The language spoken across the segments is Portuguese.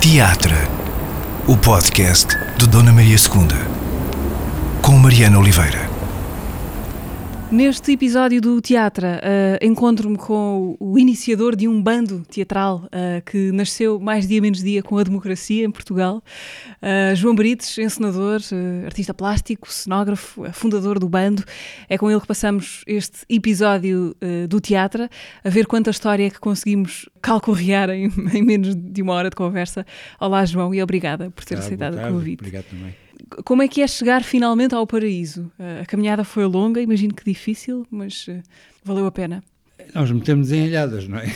Teatro, o podcast de Dona Maria II, com Mariana Oliveira. Neste episódio do Teatro, encontro-me com o iniciador de um bando teatral que nasceu mais dia menos dia com a democracia em Portugal. João Brites, encenador, artista plástico, cenógrafo, fundador do bando. É com ele que passamos este episódio do Teatro, a ver quanta história é que conseguimos calcorrear em menos de uma hora de conversa. Olá, João, e obrigada por ter aceitado o convite. Obrigado também. Como é que é chegar finalmente ao paraíso? A caminhada foi longa, imagino que difícil, mas valeu a pena. Nós metemos em alhadas, não é?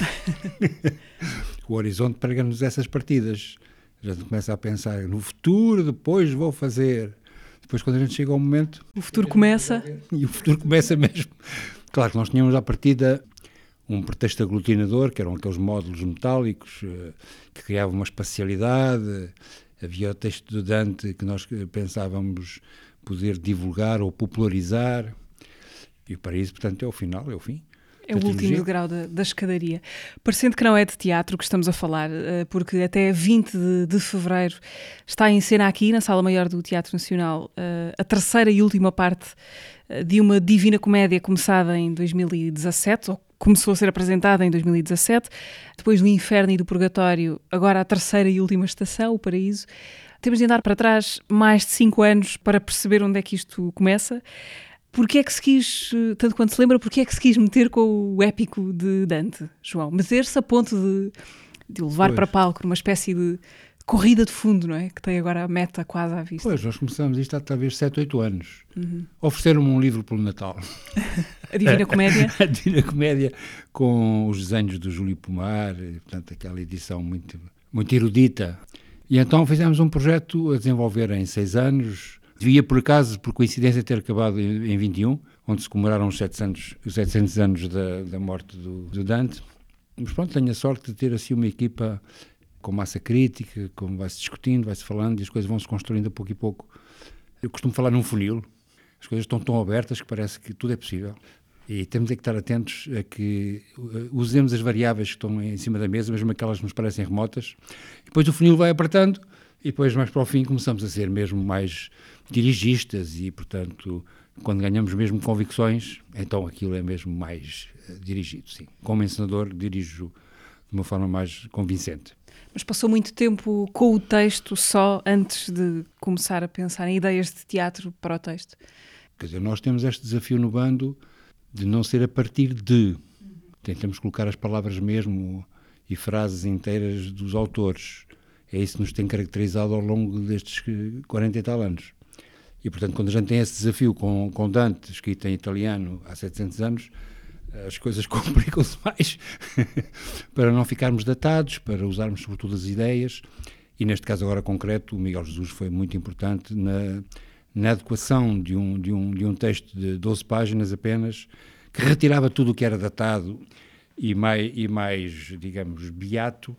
O horizonte prega-nos essas partidas. Já começa a pensar no futuro, depois vou fazer. Depois, quando a gente chega ao momento... O futuro começa. E o futuro começa mesmo. Claro que nós tínhamos à partida um pretexto aglutinador, que eram aqueles módulos metálicos, que criavam uma espacialidade. Havia o texto de Dante que nós pensávamos poder divulgar ou popularizar. E o paraíso, portanto, é o final, é o fim. É o último degrau da escadaria. Parecendo que não é de teatro que estamos a falar, porque até 20 de fevereiro está em cena aqui, na Sala Maior do Teatro Nacional, a terceira e última parte de uma Divina Comédia começada em 2017, ou começou a ser apresentada em 2017, depois do Inferno e do Purgatório, agora a terceira e última estação, o Paraíso. Temos de andar para trás mais de 5 anos para perceber onde é que isto começa. Porquê é que se quis, tanto quanto se lembra, porquê é que se quis meter com o épico de Dante, João? Meter-se a ponto de o levar para palco, numa espécie de corrida de fundo, não é? Que tem agora a meta quase à vista. Pois, nós começamos isto há talvez 7, 8 anos. Ofereceram-me um livro pelo Natal. A Divina Comédia? A Divina Comédia, com os desenhos do Júlio Pomar, e, portanto, aquela edição muito, muito erudita. E então fizemos um projeto a desenvolver em 6 anos. Devia, por acaso, por coincidência, ter acabado em 21, onde se comemoraram os 700 anos da morte do Dante. Mas pronto, tenho a sorte de ter assim uma equipa com massa crítica, como vai-se discutindo, vai-se falando e as coisas vão-se construindo a pouco e pouco. Eu costumo falar num funil, as coisas estão tão abertas que parece que tudo é possível. E temos é que estar atentos a que usemos as variáveis que estão em cima da mesa, mesmo aquelas que nos parecem remotas. E depois o funil vai apertando e depois mais para o fim começamos a ser mesmo mais dirigistas e, portanto, quando ganhamos mesmo convicções, então aquilo é mesmo mais dirigido, sim. Como encenador, dirijo de uma forma mais convincente. Mas passou muito tempo com o texto só antes de começar a pensar em ideias de teatro para o texto? Quer dizer, nós temos este desafio no bando de não ser a partir de. Tentamos colocar as palavras mesmo e frases inteiras dos autores. É isso que nos tem caracterizado ao longo destes 40 e tal anos. E, portanto, quando a gente tem esse desafio com Dante, escrito em italiano há 700 anos, as coisas complicam-se mais para não ficarmos datados, para usarmos sobretudo as ideias. E, neste caso agora concreto, o Miguel Jesus foi muito importante na adequação de um texto de 12 páginas apenas, que retirava tudo o que era datado e mais digamos, beato,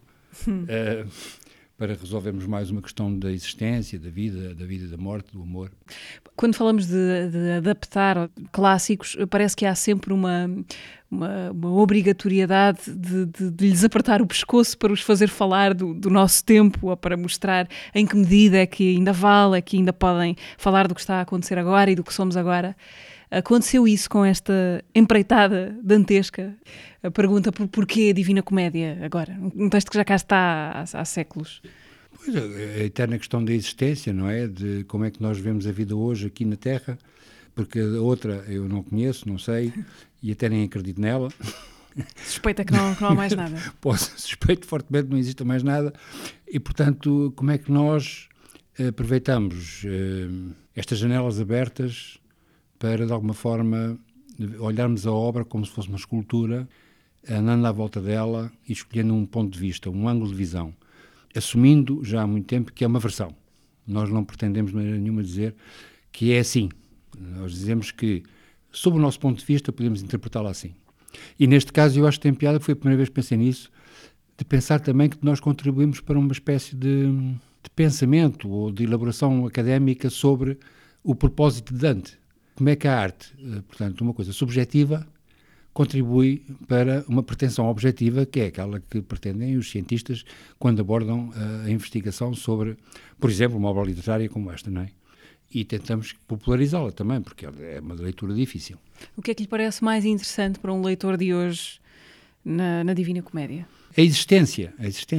para resolvermos mais uma questão da existência, da vida e da morte, do amor. Quando falamos de adaptar clássicos, parece que há sempre uma obrigatoriedade de lhes apertar o pescoço para os fazer falar do nosso tempo, ou para mostrar em que medida é que ainda vale, é que ainda podem falar do que está a acontecer agora e do que somos agora. Aconteceu isso com esta empreitada dantesca? A pergunta porquê a Divina Comédia agora? Um texto que já cá está há séculos. Pois é, a eterna questão da existência, não é? De como é que nós vemos a vida hoje aqui na Terra, porque a outra eu não conheço, não sei, e até nem acredito nela. Suspeita que não há mais nada. Suspeito fortemente que não existe mais nada. E, portanto, como é que nós aproveitamos estas janelas abertas para, de alguma forma, olharmos a obra como se fosse uma escultura, andando à volta dela e escolhendo um ponto de vista, um ângulo de visão, assumindo já há muito tempo que é uma versão. Nós não pretendemos de maneira nenhuma dizer que é assim. Nós dizemos que, sob o nosso ponto de vista, podemos interpretá-la assim. E neste caso eu acho que tem piada, foi a primeira vez que pensei nisso, de pensar também que nós contribuímos para uma espécie de pensamento ou de elaboração académica sobre o propósito de Dante. Como é que a arte, portanto, uma coisa subjetiva, contribui para uma pretensão objetiva, que é aquela que pretendem os cientistas quando abordam a investigação sobre, por exemplo, uma obra literária como esta, não é? E tentamos popularizá-la também, porque é uma leitura difícil. O que é que lhe parece mais interessante para um leitor de hoje na Divina Comédia? A existência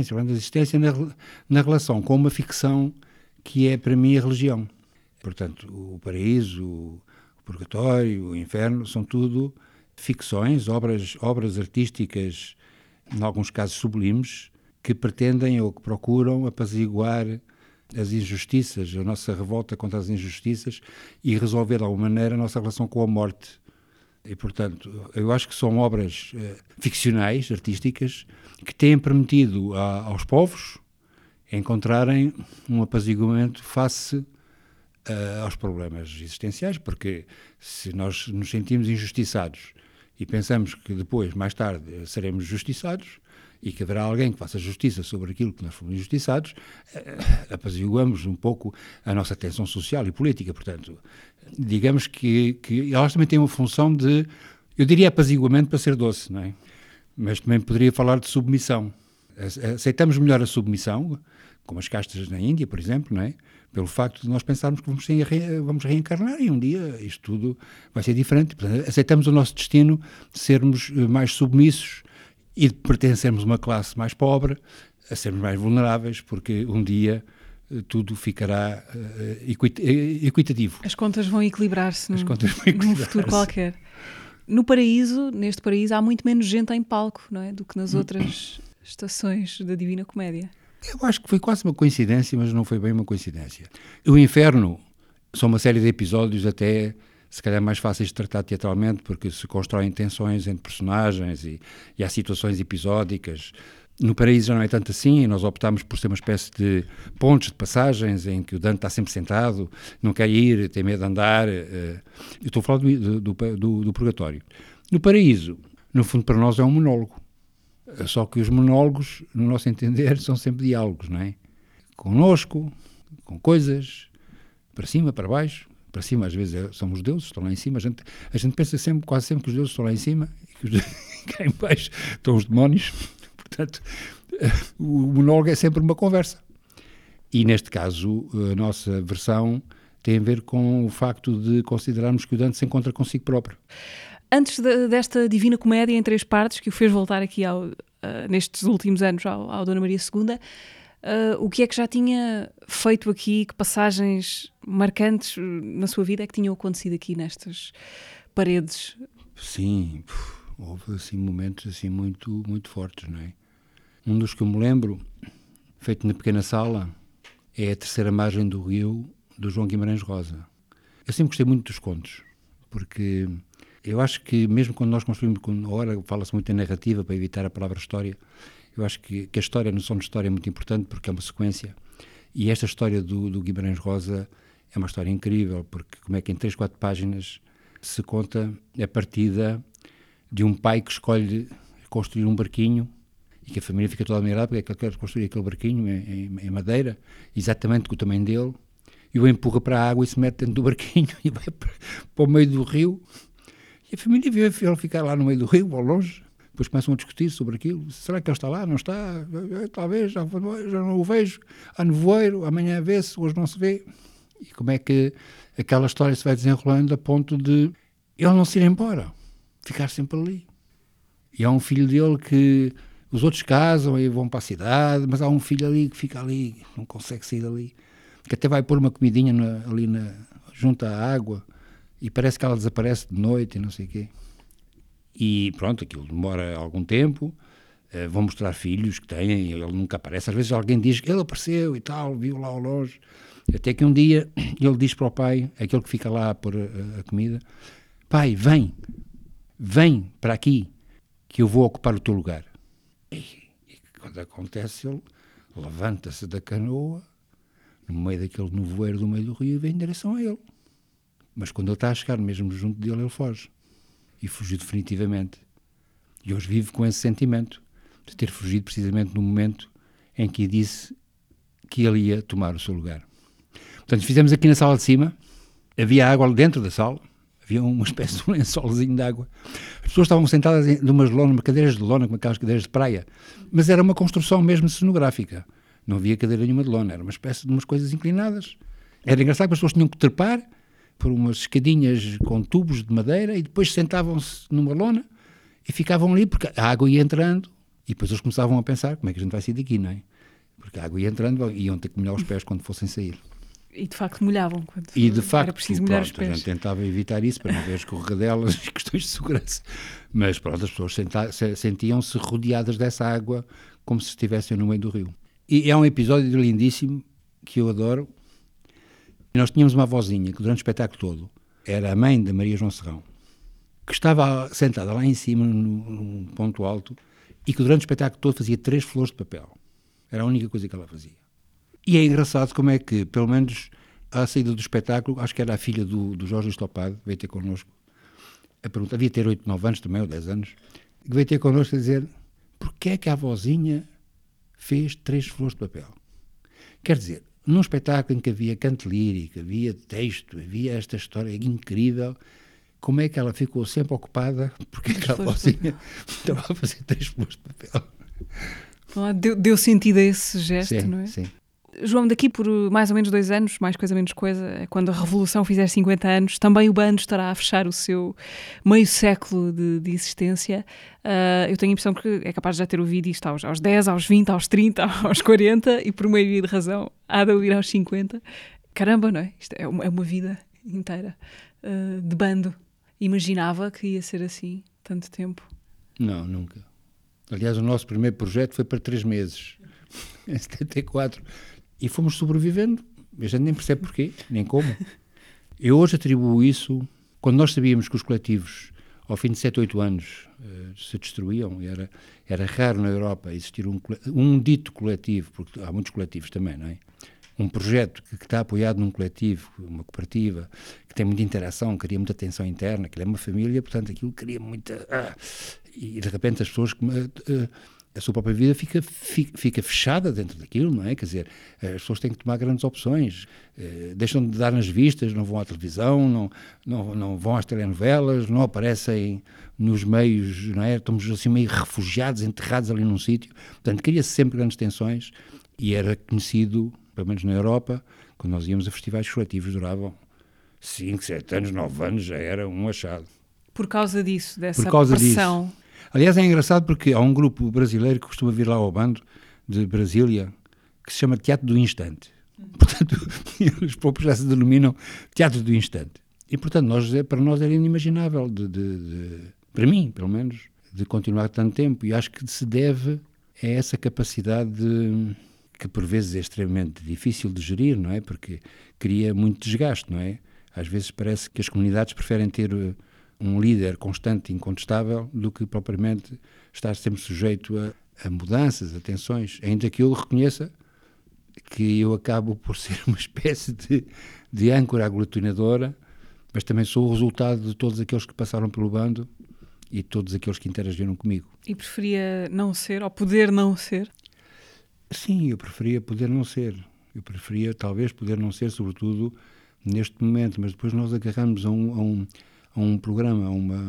na relação com uma ficção que é, para mim, a religião. Portanto, o paraíso, o purgatório, o inferno, são tudo ficções, obras artísticas, em alguns casos sublimes, que pretendem ou que procuram apaziguar as injustiças, a nossa revolta contra as injustiças e resolver de alguma maneira a nossa relação com a morte. E, portanto, eu acho que são obras ficcionais, artísticas, que têm permitido aos povos encontrarem um apaziguamento face aos problemas existenciais, porque se nós nos sentimos injustiçados e pensamos que depois, mais tarde, seremos justiçados e que haverá alguém que faça justiça sobre aquilo que nós fomos injustiçados, apaziguamos um pouco a nossa tensão social e política. Portanto, digamos que elas também têm uma função de, eu diria apaziguamento para ser doce, não é? Mas também poderia falar de submissão. Aceitamos melhor a submissão, como as castas na Índia, por exemplo, não é? Pelo facto de nós pensarmos que vamos reencarnar e um dia isto tudo vai ser diferente. Portanto, aceitamos o nosso destino de sermos mais submissos e de pertencermos a uma classe mais pobre, a sermos mais vulneráveis, porque um dia tudo ficará equitativo. As contas vão equilibrar-se num futuro qualquer. Neste paraíso, há muito menos gente em palco, não é? Do que nas outras estações da Divina Comédia. Eu acho que foi quase uma coincidência, mas não foi bem uma coincidência. O inferno são uma série de episódios até, se calhar, mais fáceis de tratar teatralmente, porque se constroem tensões entre personagens e há situações episódicas. No paraíso já não é tanto assim, e nós optámos por ser uma espécie de pontos de passagens em que o Dante está sempre sentado, não quer ir, tem medo de andar. Eu estou a falar do purgatório. No paraíso, no fundo, para nós é um monólogo. Só que os monólogos, no nosso entender, são sempre diálogos, não é? Connosco, com coisas, para cima, para baixo. Para cima, às vezes, são os deuses, estão lá em cima. A gente pensa quase sempre que os deuses estão lá em cima e que cá em baixo estão os demónios. Portanto, o monólogo é sempre uma conversa. E, neste caso, a nossa versão tem a ver com o facto de considerarmos que o Dante se encontra consigo próprio. Antes desta Divina Comédia em 3 partes, que o fez voltar aqui nestes últimos anos ao Dona Maria II, o que é que já tinha feito aqui, que passagens marcantes na sua vida é que tinham acontecido aqui nestas paredes? Sim, houve assim, momentos assim, muito, muito fortes, não é? Um dos que eu me lembro, feito na pequena sala, é a terceira margem do rio do João Guimarães Rosa. Eu sempre gostei muito dos contos, porque eu acho que mesmo quando nós construímos, agora fala-se muito em narrativa para evitar a palavra história, eu acho que a história, a noção de história é muito importante porque é uma sequência, e esta história do Guimarães Rosa é uma história incrível, porque como é que em 3, 4 páginas se conta a partida de um pai que escolhe construir um barquinho e que a família fica toda admirada porque é que ele quer construir aquele barquinho em madeira, exatamente com o tamanho dele, e o empurra para a água e se mete dentro do barquinho e vai para o meio do rio. E a família vê ele ficar lá no meio do rio, ao longe. Depois começam a discutir sobre aquilo. Será que ele está lá? Não está? Talvez, já não o vejo. Há nevoeiro, amanhã vê-se, hoje não se vê. E como é que aquela história se vai desenrolando a ponto de ele não se ir embora, ficar sempre ali. E há um filho dele que os outros casam e vão para a cidade, mas há um filho ali que fica ali, não consegue sair dali, que até vai pôr uma comidinha junto à água e parece que ela desaparece de noite e não sei o quê. E pronto, aquilo demora algum tempo, vão mostrar filhos que têm, ele nunca aparece. Às vezes alguém diz que ele apareceu e tal, viu lá ao longe. Até que um dia ele diz para o pai, aquele que fica lá a pôr a comida: pai, vem para aqui, que eu vou ocupar o teu lugar. E quando acontece, ele levanta-se da canoa, no meio daquele nevoeiro do meio do rio, e vem em direção a ele. Mas quando ele está a chegar mesmo junto dele, ele foge. E fugiu definitivamente. E hoje vive com esse sentimento de ter fugido precisamente no momento em que disse que ele ia tomar o seu lugar. Portanto, fizemos aqui na sala de cima, havia água dentro da sala, havia uma espécie de um lençolzinho de água. As pessoas estavam sentadas em umas lonas, cadeiras de lona, como aquelas cadeiras de praia, mas era uma construção mesmo cenográfica. Não havia cadeira nenhuma de lona, era uma espécie de umas coisas inclinadas. Era engraçado que as pessoas tinham que trepar por umas escadinhas com tubos de madeira e depois sentavam-se numa lona e ficavam ali, porque a água ia entrando e depois eles começavam a pensar como é que a gente vai sair daqui, não é? Porque a água ia entrando e iam ter que molhar os pés quando fossem sair. E de facto molhavam. E de facto, era preciso molhar os pronto, a pés. gente tentava evitar isso para não haver escorregadelas e questões de segurança. Mas pronto, as pessoas sentiam-se rodeadas dessa água como se estivessem no meio do rio. E é um episódio lindíssimo que eu adoro. Nós tínhamos uma avózinha que durante o espetáculo todo era a mãe da Maria João Serrão, que estava sentada lá em cima num ponto alto e que durante o espetáculo todo fazia 3 flores de papel. Era a única coisa que ela fazia. E é engraçado como é que, pelo menos à saída do espetáculo, acho que era a filha do Jorge Estopado, que veio ter connosco, a perguntar, devia ter 8, 9 anos também, ou 10 anos, que veio ter connosco a dizer, porquê é que a avózinha fez 3 flores de papel? Quer dizer, num espetáculo em que havia canto lírico, havia texto, havia esta história incrível, como é que ela ficou sempre ocupada, porque é que a avózinha estava a fazer 3 flores de papel? Deu sentido a esse gesto, Sim, não é? sim. João, daqui por mais ou menos 2 anos, mais coisa menos coisa, quando a Revolução fizer 50 anos, também o bando estará a fechar o seu meio século de existência. Eu tenho a impressão que é capaz de já ter ouvido isto aos 10, aos 20, aos 30, aos 40 e por meio de razão há de ouvir aos 50. Caramba, não é? Isto é uma vida inteira de bando. Imaginava que ia ser assim tanto tempo? Não, nunca. Aliás, o nosso primeiro projeto foi para 3 meses, em 74. E fomos sobrevivendo, a gente nem percebe porquê, nem como. Eu hoje atribuo isso, quando nós sabíamos que os coletivos, ao fim de 7, 8 anos, se destruíam, era raro na Europa existir um dito coletivo, porque há muitos coletivos também, não é? Um projeto que está apoiado num coletivo, uma cooperativa, que tem muita interação, cria muita tensão interna, que é uma família, portanto aquilo cria muita... e de repente as pessoas... a sua própria vida fica fechada dentro daquilo, não é? Quer dizer, as pessoas têm que tomar grandes opções, deixam de dar nas vistas, não vão à televisão, não vão às telenovelas, não aparecem nos meios, não é? Estamos assim meio refugiados, enterrados ali num sítio. Portanto, cria-se sempre grandes tensões e era conhecido, pelo menos na Europa, quando nós íamos a festivais coletivos, duravam 5, 7 anos, 9 anos, já era um achado. Por causa disso, dessa Por causa pressão... disso. Aliás, é engraçado porque há um grupo brasileiro que costuma vir lá ao bando, de Brasília, que se chama Teatro do Instante. Portanto, os próprios já se denominam Teatro do Instante. E, portanto, para nós era inimaginável, para mim, pelo menos, de continuar tanto tempo. E acho que se deve a essa capacidade que, por vezes, é extremamente difícil de gerir, não é? Porque cria muito desgaste, não é? Às vezes parece que as comunidades preferem ter... um líder constante e incontestável do que propriamente estar sempre sujeito a mudanças, a tensões, ainda que eu reconheça que eu acabo por ser uma espécie de âncora aglutinadora, mas também sou o resultado de todos aqueles que passaram pelo bando e todos aqueles que interagiram comigo. E preferia não ser, ou poder não ser? Sim, eu preferia poder não ser. Eu preferia talvez poder não ser, sobretudo neste momento, mas depois nós agarramos a um programa,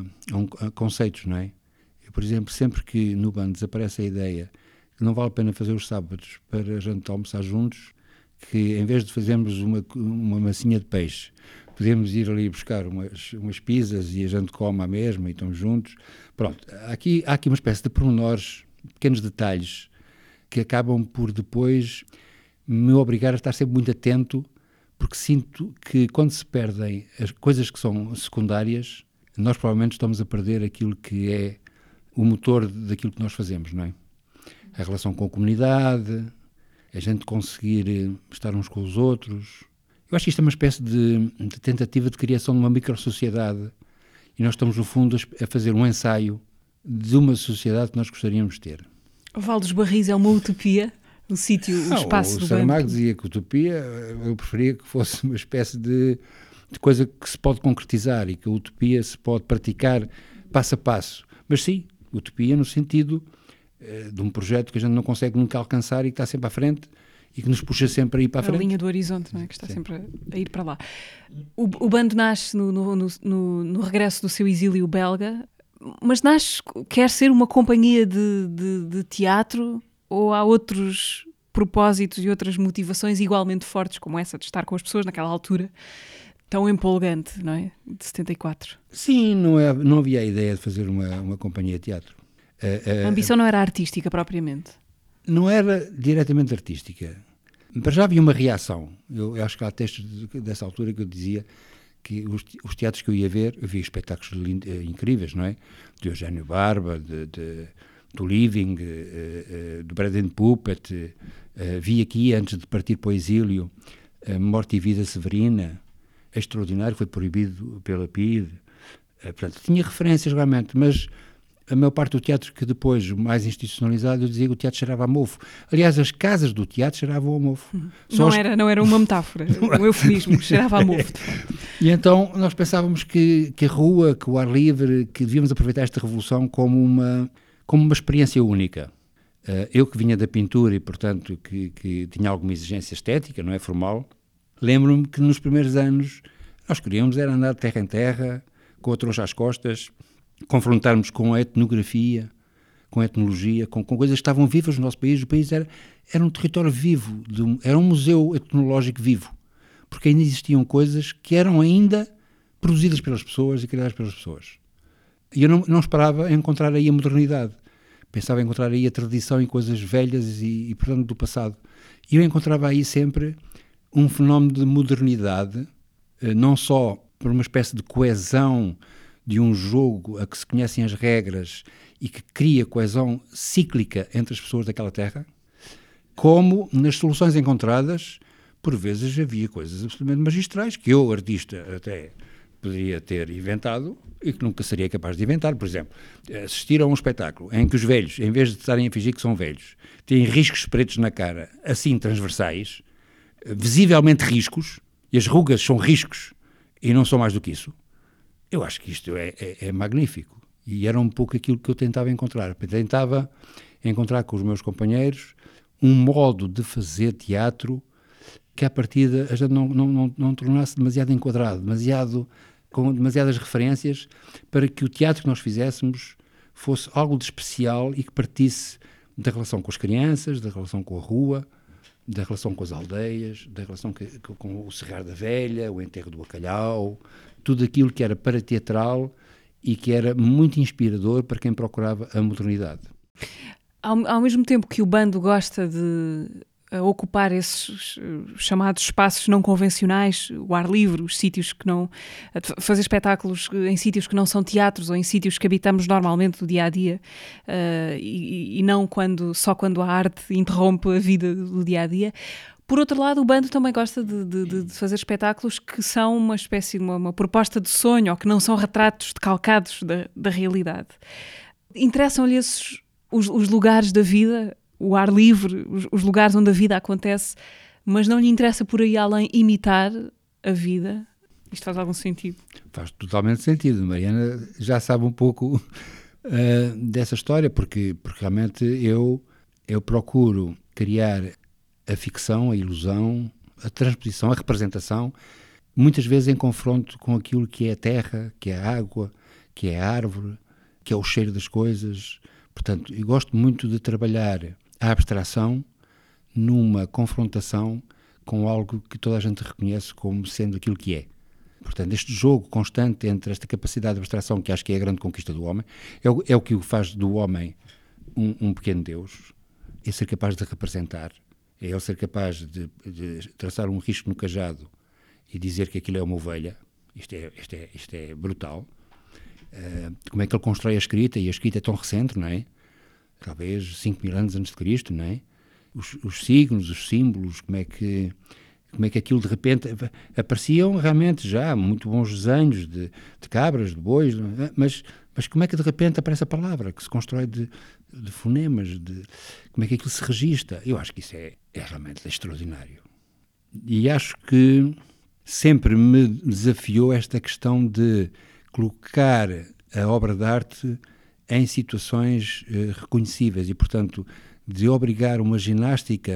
a conceitos, não é? Eu, por exemplo, sempre que no bando desaparece a ideia que não vale a pena fazer os sábados para a gente almoçar juntos, que em vez de fazermos uma massinha de peixe, podemos ir ali buscar umas pizzas e a gente come à mesma e estamos juntos. Pronto, há aqui uma espécie de pormenores, pequenos detalhes, que acabam por depois me obrigar a estar sempre muito atento, porque sinto que quando se perdem as coisas que são secundárias, nós provavelmente estamos a perder aquilo que é o motor daquilo que nós fazemos, não é? A relação com a comunidade, a gente conseguir estar uns com os outros. Eu acho que isto é uma espécie de tentativa de criação de uma micro-sociedade e nós estamos, no fundo, a fazer um ensaio de uma sociedade que nós gostaríamos de ter. O Val dos Barris é uma utopia? O sítio, o espaço do bando? O Saramago dizia que utopia, eu preferia que fosse uma espécie de coisa que se pode concretizar e que a utopia se pode praticar passo a passo. Mas sim, utopia no sentido de um projeto que a gente não consegue nunca alcançar e que está sempre à frente e que nos puxa sempre a ir para a frente. A linha do horizonte, não é? Que está sempre a ir para lá. O bando nasce no regresso do seu exílio belga, mas quer ser uma companhia de teatro, ou há outros propósitos e outras motivações igualmente fortes, como essa de estar com as pessoas naquela altura tão empolgante, não é? De 74. Sim, não havia a ideia de fazer uma companhia de teatro. A ambição não era artística propriamente. Não era diretamente artística. Mas já havia uma reação. Eu acho que há textos dessa altura que eu dizia que os teatros que eu ia ver, eu via espetáculos incríveis, não é? De Eugênio Barba, do Living, do Brandon Puppet. Vi aqui, antes de partir para o exílio, Morte e Vida Severina, extraordinário, foi proibido pela PIDE. Portanto, tinha referências realmente, mas a maior parte do teatro que depois, mais institucionalizado, eu dizia que o teatro cheirava a mofo. Aliás, as casas do teatro cheiravam a mofo. Não era uma metáfora, um eufemismo, cheirava a mofo. E então nós pensávamos que a rua, que o ar livre, que devíamos aproveitar esta revolução como uma experiência única. Eu que vinha da pintura e, portanto, que tinha alguma exigência estética, não é formal, lembro-me que nos primeiros anos nós queríamos era andar de terra em terra, com a trouxa às costas, confrontarmos com a etnografia, com a etnologia, com coisas que estavam vivas no nosso país. O país era um território vivo, era um museu etnológico vivo, porque ainda existiam coisas que eram ainda produzidas pelas pessoas e criadas pelas pessoas. E eu não esperava encontrar aí a modernidade. Pensava encontrar aí a tradição em coisas velhas e portanto, do passado. E eu encontrava aí sempre um fenómeno de modernidade, não só por uma espécie de coesão de um jogo a que se conhecem as regras e que cria coesão cíclica entre as pessoas daquela terra, como nas soluções encontradas, por vezes havia coisas absolutamente magistrais que eu, artista, até poderia ter inventado e que nunca seria capaz de inventar. Por exemplo, assistir a um espetáculo em que os velhos, em vez de estarem a fingir que são velhos, têm riscos pretos na cara, assim transversais, visivelmente riscos, e as rugas são riscos e não são mais do que isso. Eu acho que isto é magnífico. E era um pouco aquilo que eu tentava encontrar. Tentava encontrar com os meus companheiros um modo de fazer teatro que, à partida, a gente não tornasse demasiado enquadrado, com demasiadas referências, para que o teatro que nós fizéssemos fosse algo de especial e que partisse da relação com as crianças, da relação com a rua, da relação com as aldeias, da relação com o Serrar da Velha, o enterro do bacalhau, tudo aquilo que era parateatral e que era muito inspirador para quem procurava a modernidade. Ao mesmo tempo que o bando gosta de ocupar esses chamados espaços não convencionais, o ar livre, os sítios que não... fazer espetáculos em sítios que não são teatros ou em sítios que habitamos normalmente do dia-a-dia e não só quando a arte interrompe a vida do dia-a-dia. Por outro lado, o bando também gosta de fazer espetáculos que são uma espécie de uma proposta de sonho ou que não são retratos decalcados da realidade. Interessam-lhe os lugares da vida, o ar livre, os lugares onde a vida acontece, mas não lhe interessa por aí além imitar a vida? Isto faz algum sentido? Faz totalmente sentido. Mariana já sabe um pouco dessa história, porque realmente eu procuro criar a ficção, a ilusão, a transposição, a representação, muitas vezes em confronto com aquilo que é a terra, que é a água, que é a árvore, que é o cheiro das coisas. Portanto, eu gosto muito de trabalhar a abstração numa confrontação com algo que toda a gente reconhece como sendo aquilo que é. Portanto, este jogo constante entre esta capacidade de abstração, que acho que é a grande conquista do homem, é o que o faz do homem um pequeno Deus, é ser capaz de representar, é ele ser capaz de traçar um risco no cajado e dizer que aquilo é uma ovelha. Isto é brutal. Como é que ele constrói a escrita, e a escrita é tão recente, não é? Talvez 5.000 anos antes de Cristo, não é? Os signos, os símbolos, como é que aquilo de repente apareciam realmente já muito bons desenhos de cabras, de bois, mas como é que de repente aparece a palavra que se constrói de fonemas, como é que aquilo se registra? Eu acho que isso é realmente extraordinário. E acho que sempre me desafiou esta questão de colocar a obra de arte em situações reconhecíveis e, portanto, de obrigar uma ginástica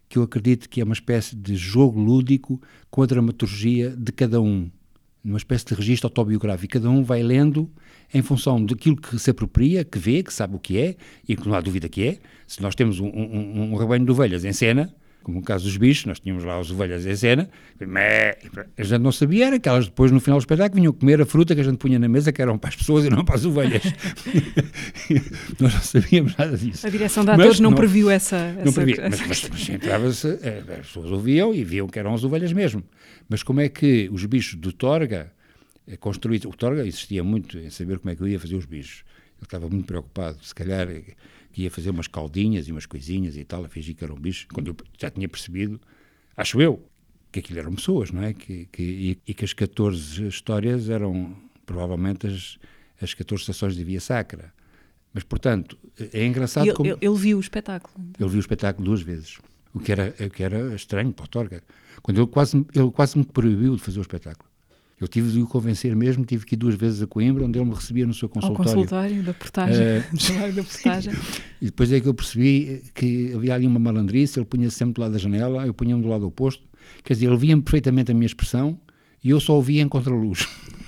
que eu acredito que é uma espécie de jogo lúdico com a dramaturgia de cada um, uma espécie de registro autobiográfico. Cada um vai lendo em função daquilo que se apropria, que vê, que sabe o que é, e que não há dúvida que é. Se nós temos um rebanho de ovelhas em cena, como no caso dos bichos, nós tínhamos lá as ovelhas em cena, a gente não sabia, era que elas depois no final do espetáculo vinham comer a fruta que a gente punha na mesa, que eram para as pessoas e não para as ovelhas. Nós não sabíamos nada disso. A direção de atores não previu essa... Não previa, mas entrava-se, as pessoas ouviam e viam que eram as ovelhas mesmo. Mas como é que os bichos do Torga, construídos, o Torga insistia muito em saber como é que eu ia fazer os bichos. Ele estava muito preocupado, se calhar que ia fazer umas caldinhas e umas coisinhas e tal, a fingir que eram bichos, quando eu já tinha percebido, acho eu, que aquilo eram pessoas, não é? E que as 14 histórias eram provavelmente as 14 estações de Via Sacra. Mas, portanto, é engraçado como... Ele viu o espetáculo. Ele viu o espetáculo 2 vezes, o que era estranho para o Torga. Quando ele quase me proibiu de fazer o espetáculo. Eu tive de o convencer mesmo, tive que ir 2 vezes a Coimbra, onde ele me recebia no seu consultório. Ao consultório da portagem. E depois é que eu percebi que havia ali uma malandrice, ele punha-se sempre do lado da janela, eu punha-me do lado oposto. Quer dizer, ele via-me perfeitamente a minha expressão e eu só o via em contraluz.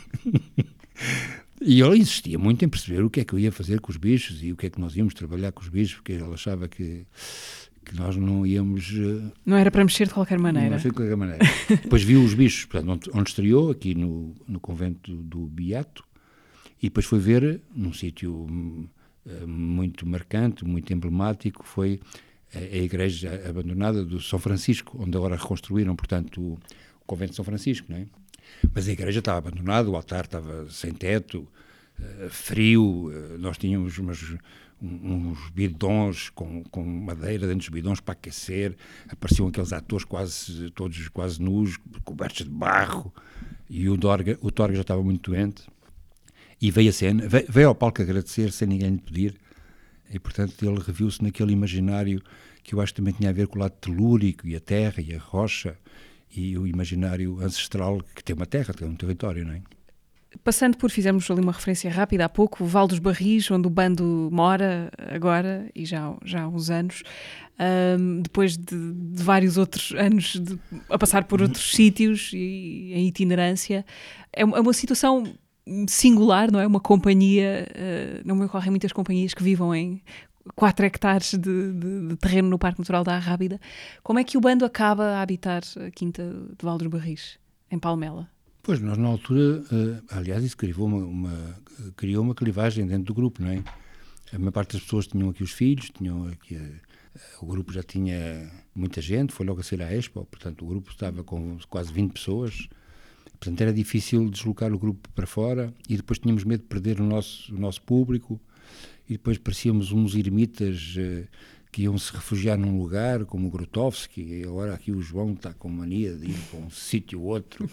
E ele insistia muito em perceber o que é que eu ia fazer com os bichos e o que é que nós íamos trabalhar com os bichos, porque ele achava que nós não íamos... Não era para mexer de qualquer maneira. Não mexer de qualquer maneira. Depois viu os bichos, portanto, onde estreou, aqui no convento do Beato, e depois foi ver, num sítio muito marcante, muito emblemático, foi a igreja abandonada do São Francisco, onde agora reconstruíram, portanto, o convento de São Francisco, não é? Mas a igreja estava abandonada, o altar estava sem teto, frio, nós tínhamos uns bidões com madeira dentro dos bidões para aquecer, apareciam aqueles atores todos quase nus, cobertos de barro, e o Torga já estava muito doente, e veio a cena, veio ao palco agradecer sem ninguém lhe pedir, e portanto ele reviu-se naquele imaginário que eu acho que também tinha a ver com o lado telúrico, e a terra, e a rocha, e o imaginário ancestral que tem uma terra, tem um território, não é? Passando por, fizemos ali uma referência rápida há pouco, o Val dos Barris, onde o bando mora agora, e já há uns anos, depois de vários outros anos a passar por outros sítios e em itinerância. É uma situação singular, não é? Uma companhia, não me ocorrem muitas companhias que vivam em 4 hectares de terreno no Parque Natural da Arrábida. Como é que o bando acaba a habitar a Quinta de Val dos Barris, em Palmela? Pois, nós na altura, aliás, isso criou uma clivagem dentro do grupo, não é? A maior parte das pessoas tinham aqui os filhos, tinham aqui o grupo já tinha muita gente, foi logo a sair à Expo, portanto o grupo estava com quase 20 pessoas, portanto era difícil deslocar o grupo para fora e depois tínhamos medo de perder o nosso público e depois parecíamos uns eremitas que iam se refugiar num lugar como o Grotowski, e agora aqui o João está com mania de ir para um sítio ou outro.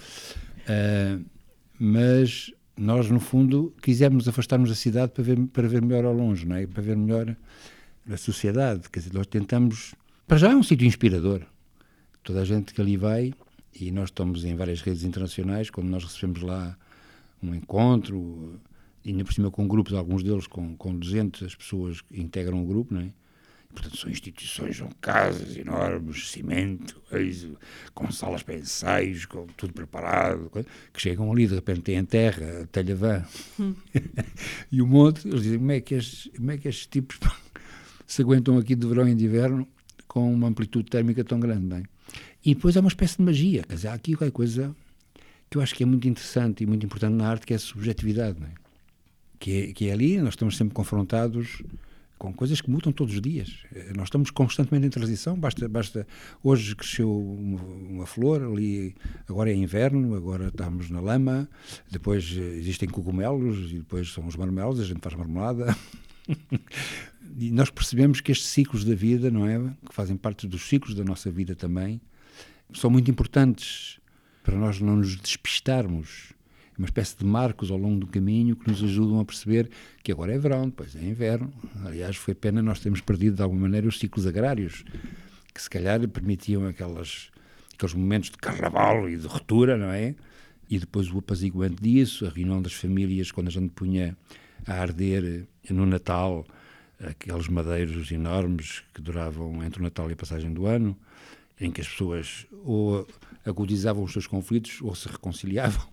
Mas nós, no fundo, quisemos afastar-nos da cidade para ver melhor ao longe, não é? Para ver melhor a sociedade. Quer dizer, nós tentamos... Para já é um sítio inspirador. Toda a gente que ali vai, e nós estamos em várias redes internacionais, quando nós recebemos lá um encontro, e ainda por cima com grupos, alguns deles com 200 pessoas que integram o grupo, não é? Portanto, são instituições, são casas enormes, cimento, com salas para ensaios, com tudo preparado, que chegam ali, de repente têm terra, telha vã, e o monte, eles dizem, como é que estes tipos se aguentam aqui de verão e de inverno com uma amplitude térmica tão grande, não é? E depois há uma espécie de magia, quer dizer, há aqui qualquer coisa que eu acho que é muito interessante e muito importante na arte, que é a subjetividade, não é? Que é ali, nós estamos sempre confrontados com coisas que mudam todos os dias. Nós estamos constantemente em transição, basta hoje cresceu uma flor, ali agora é inverno, agora estamos na lama, depois existem cogumelos e depois são os marmelos, a gente faz marmelada. E nós percebemos que estes ciclos da vida, não é, que fazem parte dos ciclos da nossa vida também, são muito importantes para nós não nos despistarmos. Uma espécie de marcos ao longo do caminho que nos ajudam a perceber que agora é verão, depois é inverno. Aliás, foi pena nós termos perdido de alguma maneira os ciclos agrários, que se calhar permitiam aqueles momentos de carnaval e de ruptura, não é? E depois o apaziguamento disso, a reunião das famílias, quando a gente punha a arder no Natal aqueles madeiros enormes que duravam entre o Natal e a passagem do ano, em que as pessoas ou agudizavam os seus conflitos ou se reconciliavam.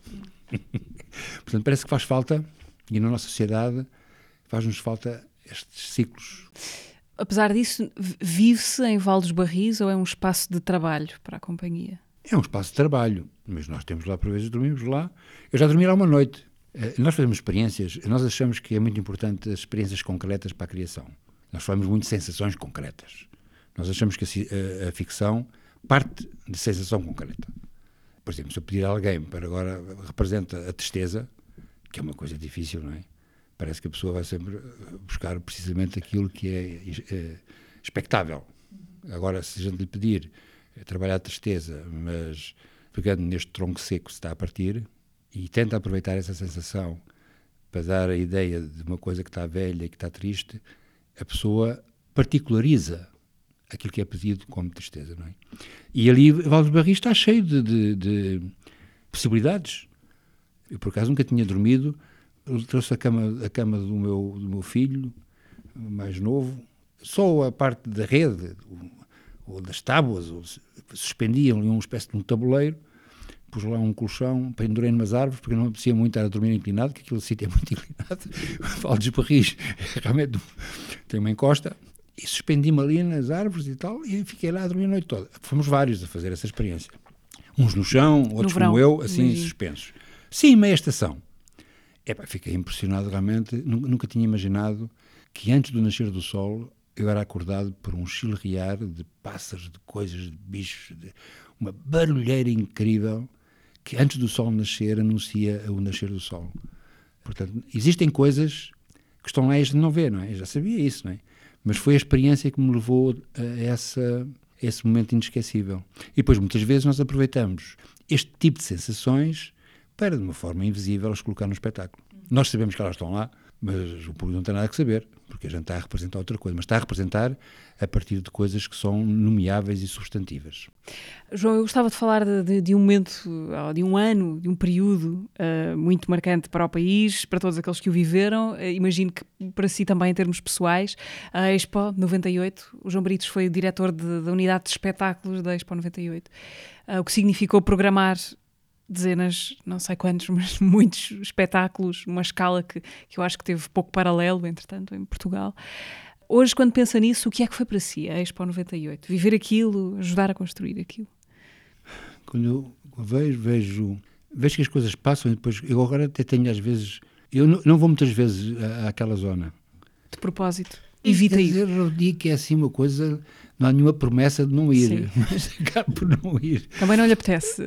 Portanto, parece que faz falta, e na nossa sociedade faz-nos falta estes ciclos. Apesar disso, vive-se em Val dos Barris ou é um espaço de trabalho para a companhia? É um espaço de trabalho, mas nós temos lá, por vezes, dormimos lá. Eu já dormi lá uma noite. Nós fazemos experiências, nós achamos que é muito importante as experiências concretas para a criação. Nós falamos muito de sensações concretas. Nós achamos que a ficção parte de sensação concreta. Por exemplo, se eu pedir a alguém para agora representa a tristeza, que é uma coisa difícil, não é? Parece que a pessoa vai sempre buscar precisamente aquilo que é expectável. Agora, se a gente lhe pedir trabalhar a tristeza, mas pegando neste tronco seco que se está a partir, e tenta aproveitar essa sensação para dar a ideia de uma coisa que está velha e que está triste, a pessoa particulariza aquilo que é pedido como tristeza, não é? E ali, Val dos Barris está cheio de possibilidades. Eu, por acaso, nunca tinha dormido. Eu trouxe a cama do meu filho, mais novo, só a parte da rede, ou das tábuas, ou suspendiam-lhe uma espécie de um tabuleiro, pus lá um colchão, pendurei numas árvores, porque não me apetecia muito estar a dormir inclinado, que aquele sítio é muito inclinado. Val dos Barris realmente tem uma encosta, e suspendi-me ali nas árvores e tal, e fiquei lá a dormir a noite toda. Fomos vários a fazer essa experiência. Uns no chão, outros como eu, assim, suspensos. Sim, meia estação. Fiquei impressionado realmente, nunca tinha imaginado que antes do nascer do sol eu era acordado por um chilrear de pássaros, de coisas, de bichos, de uma barulheira incrível que antes do sol nascer anuncia o nascer do sol. Portanto, existem coisas que estão lá e a gente não vê, não é? Eu já sabia isso, não é? Mas foi a experiência que me levou a esse momento inesquecível. E depois, muitas vezes, nós aproveitamos este tipo de sensações para, de uma forma invisível, as colocar no espetáculo. Nós sabemos que elas estão lá, mas o público não tem nada a saber, porque a gente está a representar outra coisa, mas está a representar a partir de coisas que são nomeáveis e substantivas. João, eu gostava de falar de um momento, de um ano, de um período muito marcante para o país, para todos aqueles que o viveram. Imagino que para si também, em termos pessoais, a Expo 98, o João Britos foi o diretor da unidade de espetáculos da Expo 98, o que significou programar dezenas, não sei quantos, mas muitos espetáculos, uma escala que eu acho que teve pouco paralelo, entretanto, em Portugal. Hoje, quando pensa nisso, o que é que foi para si a Expo 98? Viver aquilo, ajudar a construir aquilo? Quando eu vejo que as coisas passam e depois, eu agora até tenho às vezes, eu não vou muitas vezes àquela zona. De propósito? Evita ir. Eu digo que é assim uma coisa, não há nenhuma promessa de não ir, mas acabo por não ir. Também não lhe apetece,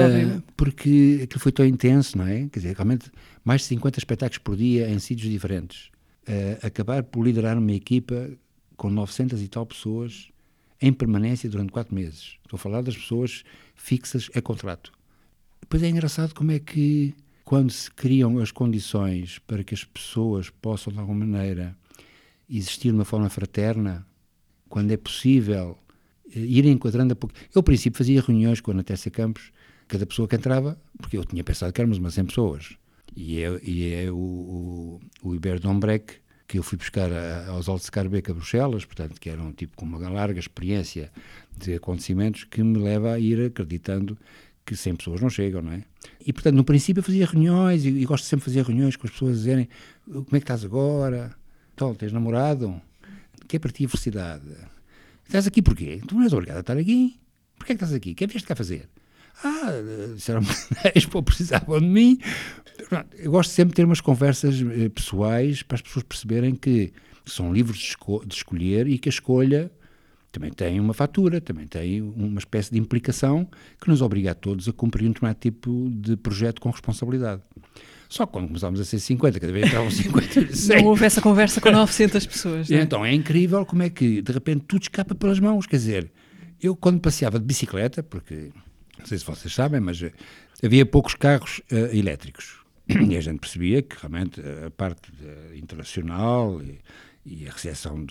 porque aquilo foi tão intenso, não é? Quer dizer, realmente mais de 50 espetáculos por dia em sítios diferentes. Acabar por liderar uma equipa com 900 e tal pessoas em permanência durante 4 meses. Estou a falar das pessoas fixas a contrato. Depois é engraçado como é que, quando se criam as condições para que as pessoas possam, de alguma maneira, existir de uma forma fraterna, quando é possível ir enquadrando a pouco. Eu, ao princípio, fazia reuniões com a Ana Tércia Campos, cada pessoa que entrava, porque eu tinha pensado que éramos umas 100 pessoas. E é o Hubert Dombrec, que eu fui buscar aos Altos de Carbeca, Bruxelas, portanto, que era um tipo com uma larga experiência de acontecimentos, que me leva a ir acreditando que 100 pessoas não chegam, não é? E, portanto, no princípio eu fazia reuniões, e gosto sempre de fazer reuniões com as pessoas a dizerem como é que estás agora? Então, tens namorado? Que é para ti a felicidade? Estás aqui porquê? Tu não és obrigado a estar aqui. Porquê é que estás aqui? O que é que vieste cá fazer? Disseram-me que Expo precisavam de mim. Eu gosto sempre de ter umas conversas pessoais para as pessoas perceberem que são livres de escolher e que a escolha também tem uma fatura, também tem uma espécie de implicação que nos obriga a todos a cumprir um determinado tipo de projeto com responsabilidade. Só que quando começámos a ser 50, cada vez estavam 50, 100. Não houve essa conversa com 900 pessoas. Não é? Então é incrível como é que de repente tudo escapa pelas mãos. Quer dizer, eu quando passeava de bicicleta, porque não sei se vocês sabem, mas havia poucos carros elétricos. E a gente percebia que realmente a parte internacional e a recepção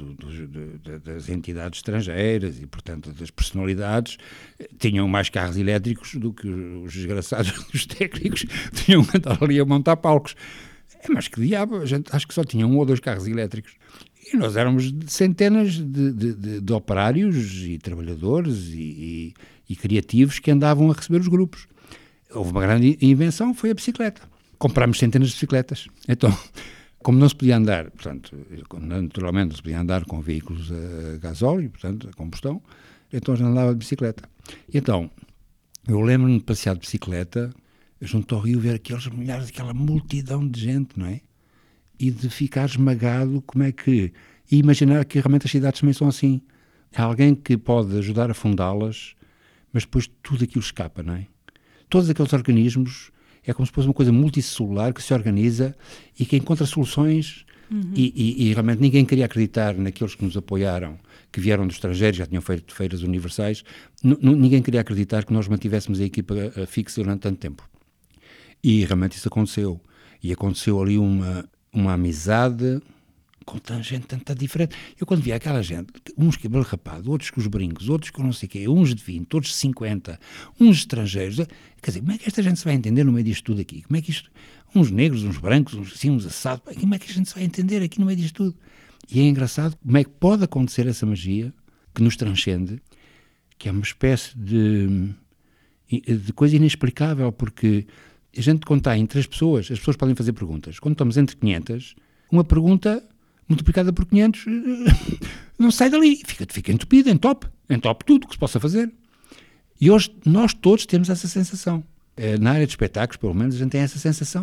das entidades estrangeiras e, portanto, das personalidades tinham mais carros elétricos do que os desgraçados dos técnicos tinham que andar ali a montar palcos. Mas que diabo, a gente acho que só tinha 1 ou 2 carros elétricos. E nós éramos centenas de operários e trabalhadores e criativos que andavam a receber os grupos. Houve uma grande invenção, foi a bicicleta. Comprámos centenas de bicicletas. Então, como não se podia andar, portanto, naturalmente não se podia andar com veículos a gasóleo, portanto, a combustão, então já andava de bicicleta. E então, eu lembro-me de passear de bicicleta, junto ao rio, ver aqueles milhares, aquela multidão de gente, não é? E de ficar esmagado, como é que... E imaginar que realmente as cidades também são assim. Há alguém que pode ajudar a fundá-las, mas depois tudo aquilo escapa, não é? Todos aqueles organismos, é como se fosse uma coisa multicelular que se organiza e que encontra soluções e realmente ninguém queria acreditar naqueles que nos apoiaram, que vieram dos estrangeiros, já tinham feito feiras universais, ninguém queria acreditar que nós mantivéssemos a equipa fixa durante tanto tempo. E realmente isso aconteceu. E aconteceu ali uma amizade com tanta gente, tanta diferente. Eu quando via aquela gente, uns com cabelo rapado, outros com os brincos, outros com não sei o quê, uns de 20, outros de 50, uns estrangeiros, quer dizer, como é que esta gente se vai entender no meio disto tudo aqui? Como é que isto, uns negros, uns brancos, uns assim, uns assados, como é que a gente se vai entender aqui no meio disto tudo? E é engraçado como é que pode acontecer essa magia que nos transcende, que é uma espécie de coisa inexplicável, porque a gente, quando está em 3 pessoas, as pessoas podem fazer perguntas. Quando estamos entre 500, uma pergunta multiplicada por 500 não sai dali, fica entupido, entope tudo o que se possa fazer. E hoje nós todos temos essa sensação. Na área de espetáculos, pelo menos, a gente tem essa sensação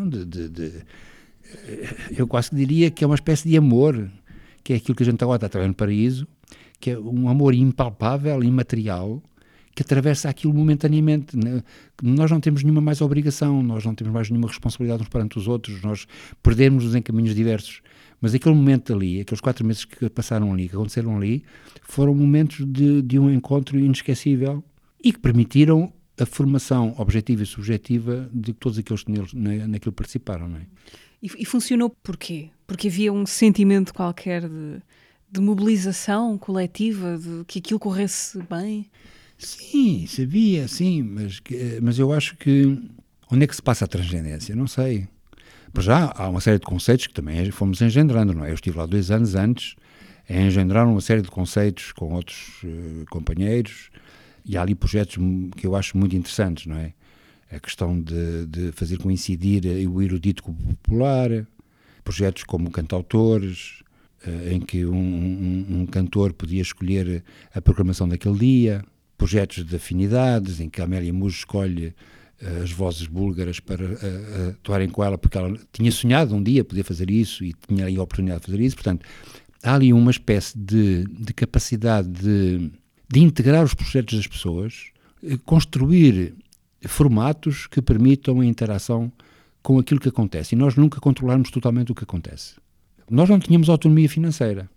eu quase que diria que é uma espécie de amor, que é aquilo que a gente agora está a trabalhar no Paraíso, que é um amor impalpável, imaterial, que atravessa aquilo momentaneamente. Nós não temos nenhuma mais obrigação, nós não temos mais nenhuma responsabilidade uns perante os outros, nós perdemos-nos em caminhos diversos. Mas aquele momento ali, aqueles 4 meses que passaram ali, que aconteceram ali, foram momentos de um encontro inesquecível e que permitiram a formação objetiva e subjetiva de todos aqueles que naquilo participaram, não é? E funcionou porquê? Porque havia um sentimento qualquer de mobilização coletiva, de que aquilo corresse bem? Sim, sabia, sim, mas eu acho que... Onde é que se passa a transcendência? Não sei. Por já há uma série de conceitos que também fomos engendrando, não é? Eu estive lá 2 anos antes a engendrar uma série de conceitos com outros companheiros e há ali projetos que eu acho muito interessantes, não é? A questão de fazer coincidir o erudito com o popular, projetos como cantautores, em que um cantor podia escolher a programação daquele dia, projetos de afinidades, em que a Amélia Mujo escolhe as vozes búlgaras para atuarem com ela, porque ela tinha sonhado um dia poder fazer isso e tinha aí a oportunidade de fazer isso. Portanto, há ali uma espécie de capacidade de integrar os projetos das pessoas, construir formatos que permitam a interação com aquilo que acontece. E nós nunca controlarmos totalmente o que acontece. Nós não tínhamos autonomia financeira.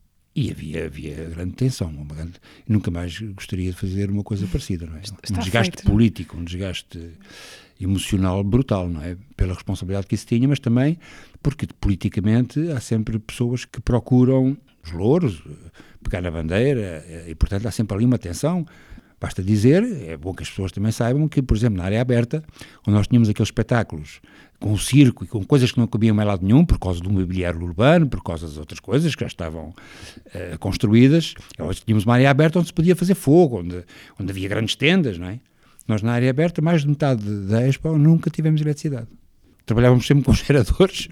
E havia grande tensão. Nunca mais gostaria de fazer uma coisa parecida, não é? Um desgaste feito, político, um desgaste emocional brutal, não é? Pela responsabilidade que isso tinha, mas também porque politicamente há sempre pessoas que procuram os louros, pegar na bandeira, e portanto há sempre ali uma tensão. Basta dizer, é bom que as pessoas também saibam que, por exemplo, na área aberta, onde nós tínhamos aqueles espetáculos com o circo e com coisas que não cabiam mais lado nenhum, por causa do mobiliário urbano, por causa das outras coisas que já estavam construídas, nós tínhamos uma área aberta onde se podia fazer fogo, onde havia grandes tendas, não é? Nós na área aberta, mais de metade da Expo, nunca tivemos eletricidade. Trabalhávamos sempre com geradores.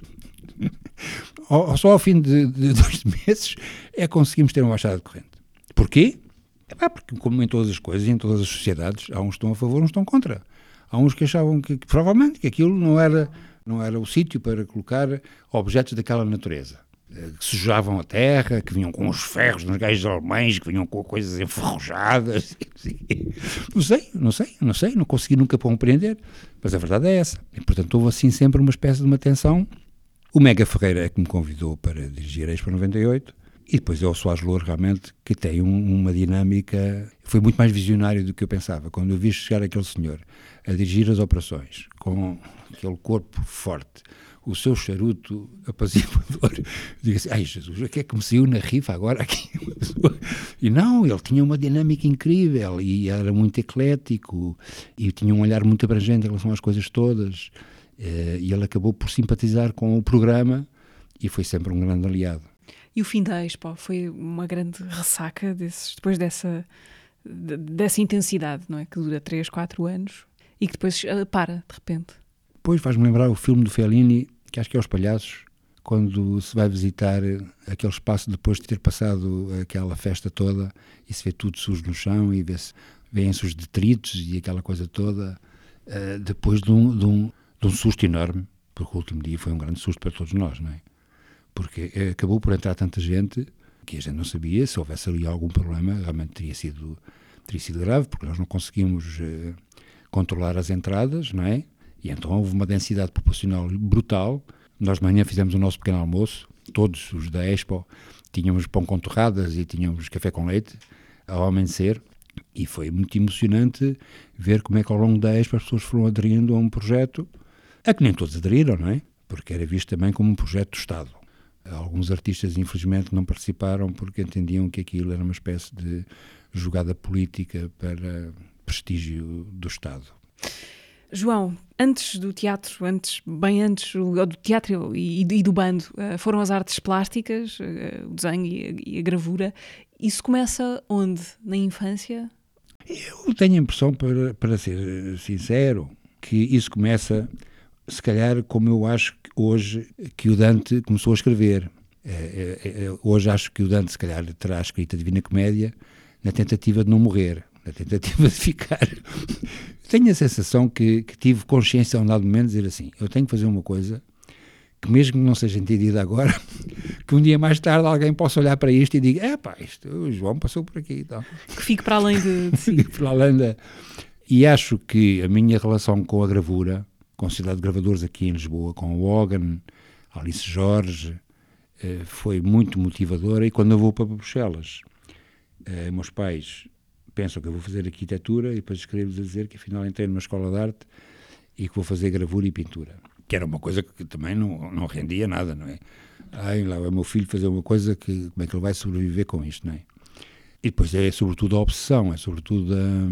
Só ao fim de 2 meses conseguimos ter uma baixada de corrente. Porquê? Porque, como em todas as coisas, em todas as sociedades, há uns que estão a favor, uns que estão contra. Há uns que achavam que provavelmente que aquilo não era o sítio para colocar objetos daquela natureza. Que sujavam a terra, que vinham com os ferros nos gajos alemães, que vinham com coisas enferrujadas. Não sei, não consegui nunca compreender. Mas a verdade é essa. E, portanto, houve assim sempre uma espécie de uma tensão. O Mega Ferreira é que me convidou para dirigir a Expo 98. E depois é o Soares Louro, realmente, que tem uma dinâmica... Foi muito mais visionário do que eu pensava. Quando eu vi chegar aquele senhor a dirigir as operações, com aquele corpo forte, o seu charuto apaziguador, digo assim, ai Jesus, o que é que me saiu na rifa agora aqui? E não, ele tinha uma dinâmica incrível, e era muito eclético, e tinha um olhar muito abrangente em relação às coisas todas, e ele acabou por simpatizar com o programa, e foi sempre um grande aliado. E o fim da Expo foi uma grande ressaca depois dessa intensidade, não é? Que dura 3, 4 anos e que depois para, de repente. Depois faz-me lembrar o filme do Fellini, que acho que é Os Palhaços, quando se vai visitar aquele espaço depois de ter passado aquela festa toda e se vê tudo sujo no chão e vêem-se os detritos e aquela coisa toda, depois de um susto enorme, porque o último dia foi um grande susto para todos nós, não é? Porque acabou por entrar tanta gente que a gente não sabia, se houvesse ali algum problema, realmente teria sido grave, porque nós não conseguimos controlar as entradas, não é? E então houve uma densidade proporcional brutal. Nós de manhã fizemos o nosso pequeno almoço, todos os da Expo, tínhamos pão com torradas e tínhamos café com leite ao amanhecer, e foi muito emocionante ver como é que ao longo da Expo as pessoas foram aderindo a um projeto, a que nem todos aderiram, não é? Porque era visto também como um projeto do Estado. Alguns artistas, infelizmente, não participaram porque entendiam que aquilo era uma espécie de jogada política para prestígio do Estado. João, antes do teatro, bem antes do teatro e do bando, foram as artes plásticas, o desenho e a gravura. Isso começa onde? Na infância? Eu tenho a impressão, para ser sincero, que isso começa, se calhar, como eu acho que hoje que o Dante começou a escrever. Hoje acho que o Dante, se calhar, terá escrito a Divina Comédia na tentativa de não morrer, na tentativa de ficar... Tenho a sensação que tive consciência a um dado momento de dizer assim, eu tenho que fazer uma coisa que mesmo que não seja entendida agora, que um dia mais tarde alguém possa olhar para isto e diga, o João passou por aqui e tal. Que fique para além de si. Para além da... E acho que a minha relação com a gravura, com a Sociedade de Gravadores aqui em Lisboa, com o Hogan, Alice Jorge, foi muito motivadora. E quando eu vou para Bruxelas, meus pais pensam que eu vou fazer arquitetura e depois escrevo-lhes a dizer que afinal entrei numa escola de arte e que vou fazer gravura e pintura. Que era uma coisa que também não rendia nada, não é? Lá é o meu filho fazer uma coisa que como é que ele vai sobreviver com isto, não é? E depois é sobretudo a obsessão, é sobretudo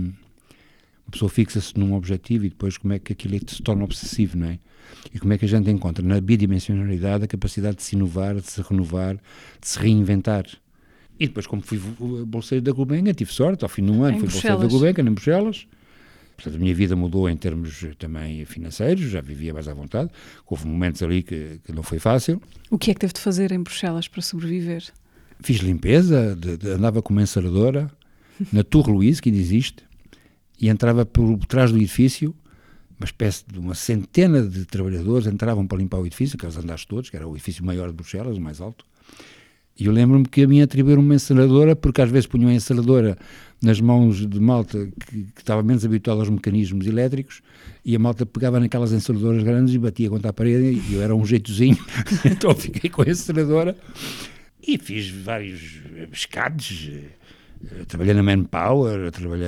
a pessoa fixa-se num objetivo e depois como é que aquilo se torna obsessivo, não é? E como é que a gente encontra na bidimensionalidade a capacidade de se inovar, de se renovar, de se reinventar. E depois, como fui bolseiro da Gulbenkian, tive sorte, ao fim de um ano fui bolseiro da Gulbenkian, em Bruxelas. Portanto, a minha vida mudou em termos também financeiros, já vivia mais à vontade. Houve momentos ali que não foi fácil. O que é que teve de fazer em Bruxelas para sobreviver? Fiz limpeza, andava com uma enceradora na Torre Luís, que ainda existe, e entrava por trás do edifício, uma espécie de uma centena de trabalhadores entravam para limpar o edifício, aqueles andares todos, que era o edifício maior de Bruxelas, o mais alto. E eu lembro-me que a mim atribuíram uma enceradora, porque às vezes punham a enceradora nas mãos de malta que estava menos habituada aos mecanismos elétricos, e a malta pegava naquelas encerradoras grandes e batia contra a parede, e eu era um jeitozinho, então fiquei com a enceradora e fiz vários escados, trabalhei na Manpower,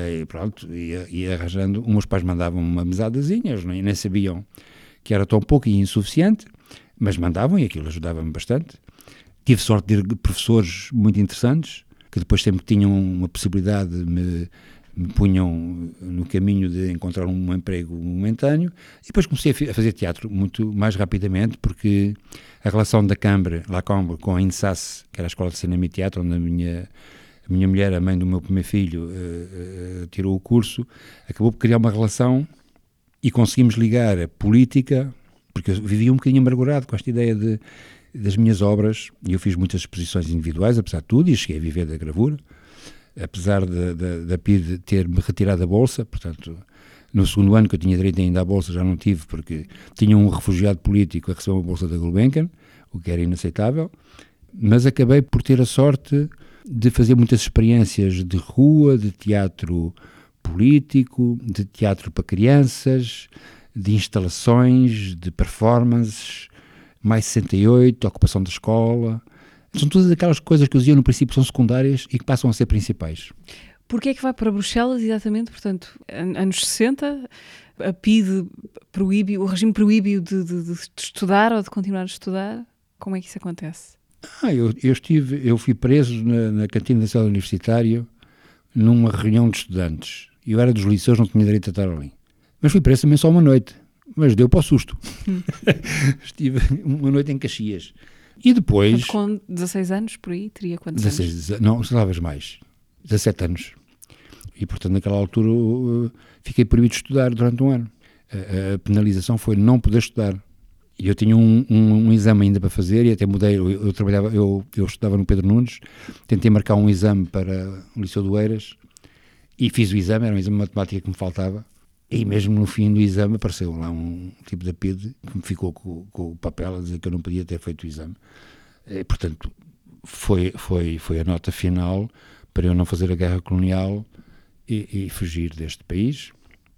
ia arranjando. Os meus pais mandavam uma mesadazinha, eles nem sabiam que era tão pouco e insuficiente, mas mandavam e aquilo ajudava-me bastante. Tive sorte de ter professores muito interessantes, que depois sempre tinham uma possibilidade, me punham no caminho de encontrar um emprego momentâneo, e depois comecei a fazer teatro muito mais rapidamente, porque a relação da Cambre, La Cambre, com a INSAS, que era a Escola de Cinema e Teatro, onde a minha mulher, a mãe do meu primeiro filho, tirou o curso, acabou por criar uma relação e conseguimos ligar a política, porque eu vivia um bocadinho amargurado com esta ideia das minhas obras, e eu fiz muitas exposições individuais, apesar de tudo, e cheguei a viver da gravura, apesar da PIDE ter-me retirado a bolsa. Portanto, no segundo ano que eu tinha direito ainda à bolsa, já não tive, porque tinha um refugiado político a receber uma bolsa da Gulbenkian, o que era inaceitável, mas acabei por ter a sorte de fazer muitas experiências de rua, de teatro político, de teatro para crianças, de instalações, de performances, mais 68, ocupação da escola. São todas aquelas coisas que eu dizia no princípio são secundárias e que passam a ser principais. Porquê é que vai para Bruxelas, exatamente? Portanto, anos 60, a PIDE proíbe, o regime proíbe de estudar ou de continuar a estudar? Como é que isso acontece? Eu fui preso na cantina da cela universitária numa reunião de estudantes. Eu era dos liceus, não tinha direito a estar ali. Mas fui preso também só uma noite. Mas deu para o susto. Estive uma noite em Caxias. E depois... Portanto, com 16 anos, por aí, teria quantos 16, anos? não, talvez mais. 17 anos. E, portanto, naquela altura fiquei proibido de estudar durante um ano. A penalização foi não poder estudar. E eu tinha um exame ainda para fazer e até mudei. Eu estudava no Pedro Nunes, tentei marcar um exame para o Liceu do Eiras e fiz o exame, era um exame de matemática que me faltava. E mesmo no fim do exame apareceu lá um tipo de PID que me ficou com o papel a dizer que eu não podia ter feito o exame. E, portanto, foi a nota final para eu não fazer a guerra colonial e fugir deste país.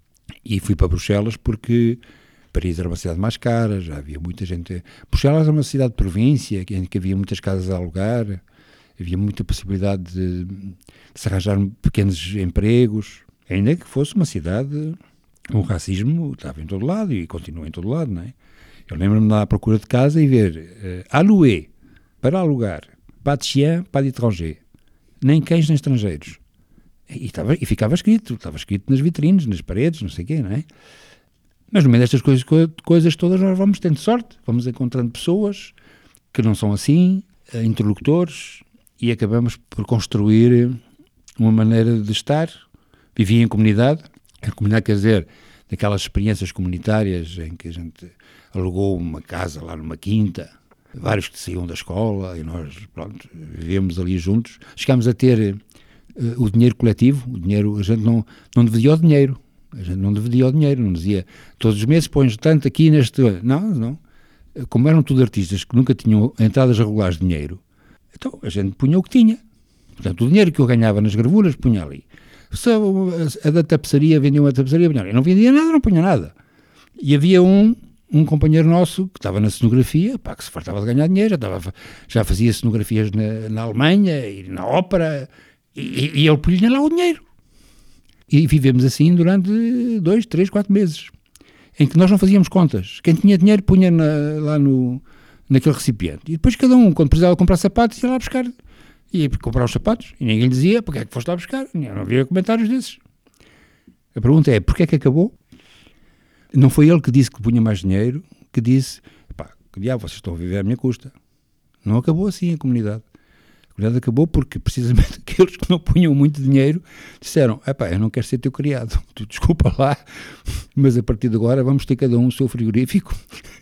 E fui para Bruxelas porque Paris era uma cidade mais cara, já havia muita gente. Bruxelas era uma cidade de província, em que havia muitas casas a alugar, havia muita possibilidade de se arranjar pequenos empregos, ainda que fosse uma cidade. O racismo estava em todo lado e continua em todo lado, não é? Eu lembro-me de ir à procura de casa e ver à louer, para alugar, pas de chien, pas d'étranger, nem cães nem estrangeiros. E ficava escrito, nas vitrines, nas paredes, não sei o quê, não é? Mas no meio destas coisas todas nós vamos tendo sorte, vamos encontrando pessoas que não são assim, interlocutores, e acabamos por construir uma maneira de estar. Vivia em comunidade, a comunidade quer dizer, daquelas experiências comunitárias em que a gente alugou uma casa lá numa quinta, vários que saíam da escola e nós, pronto, vivíamos ali juntos. Chegámos a ter o dinheiro coletivo, o dinheiro, a gente não dividia o dinheiro. A gente não dividia o dinheiro, não dizia todos os meses pões tanto aqui neste... Não. Como eram tudo artistas que nunca tinham entradas regulares de dinheiro, então a gente punha o que tinha. Portanto, o dinheiro que eu ganhava nas gravuras punha ali. Se a da tapeçaria vendia uma tapeçaria, punha ali. Não vendia nada, não punha nada. E havia um companheiro nosso que estava na cenografia, que se fartava de ganhar dinheiro, já fazia cenografias na Alemanha e na ópera, e ele punha lá o dinheiro. E vivemos assim durante 2, 3, 4 meses, em que nós não fazíamos contas. Quem tinha dinheiro punha lá naquele recipiente. E depois cada um, quando precisava comprar sapatos, ia lá buscar. Ia comprar os sapatos. E ninguém lhe dizia, porque é que foste lá buscar? Não havia comentários desses. A pergunta é, porquê é que acabou? Não foi ele que disse que punha mais dinheiro, que disse, que diabo, vocês estão a viver à minha custa. Não acabou assim a comunidade. A comunidade acabou porque, precisamente, aqueles que não punham muito dinheiro disseram, eu não quero ser teu criado, tu desculpa lá, mas a partir de agora vamos ter cada um o seu frigorífico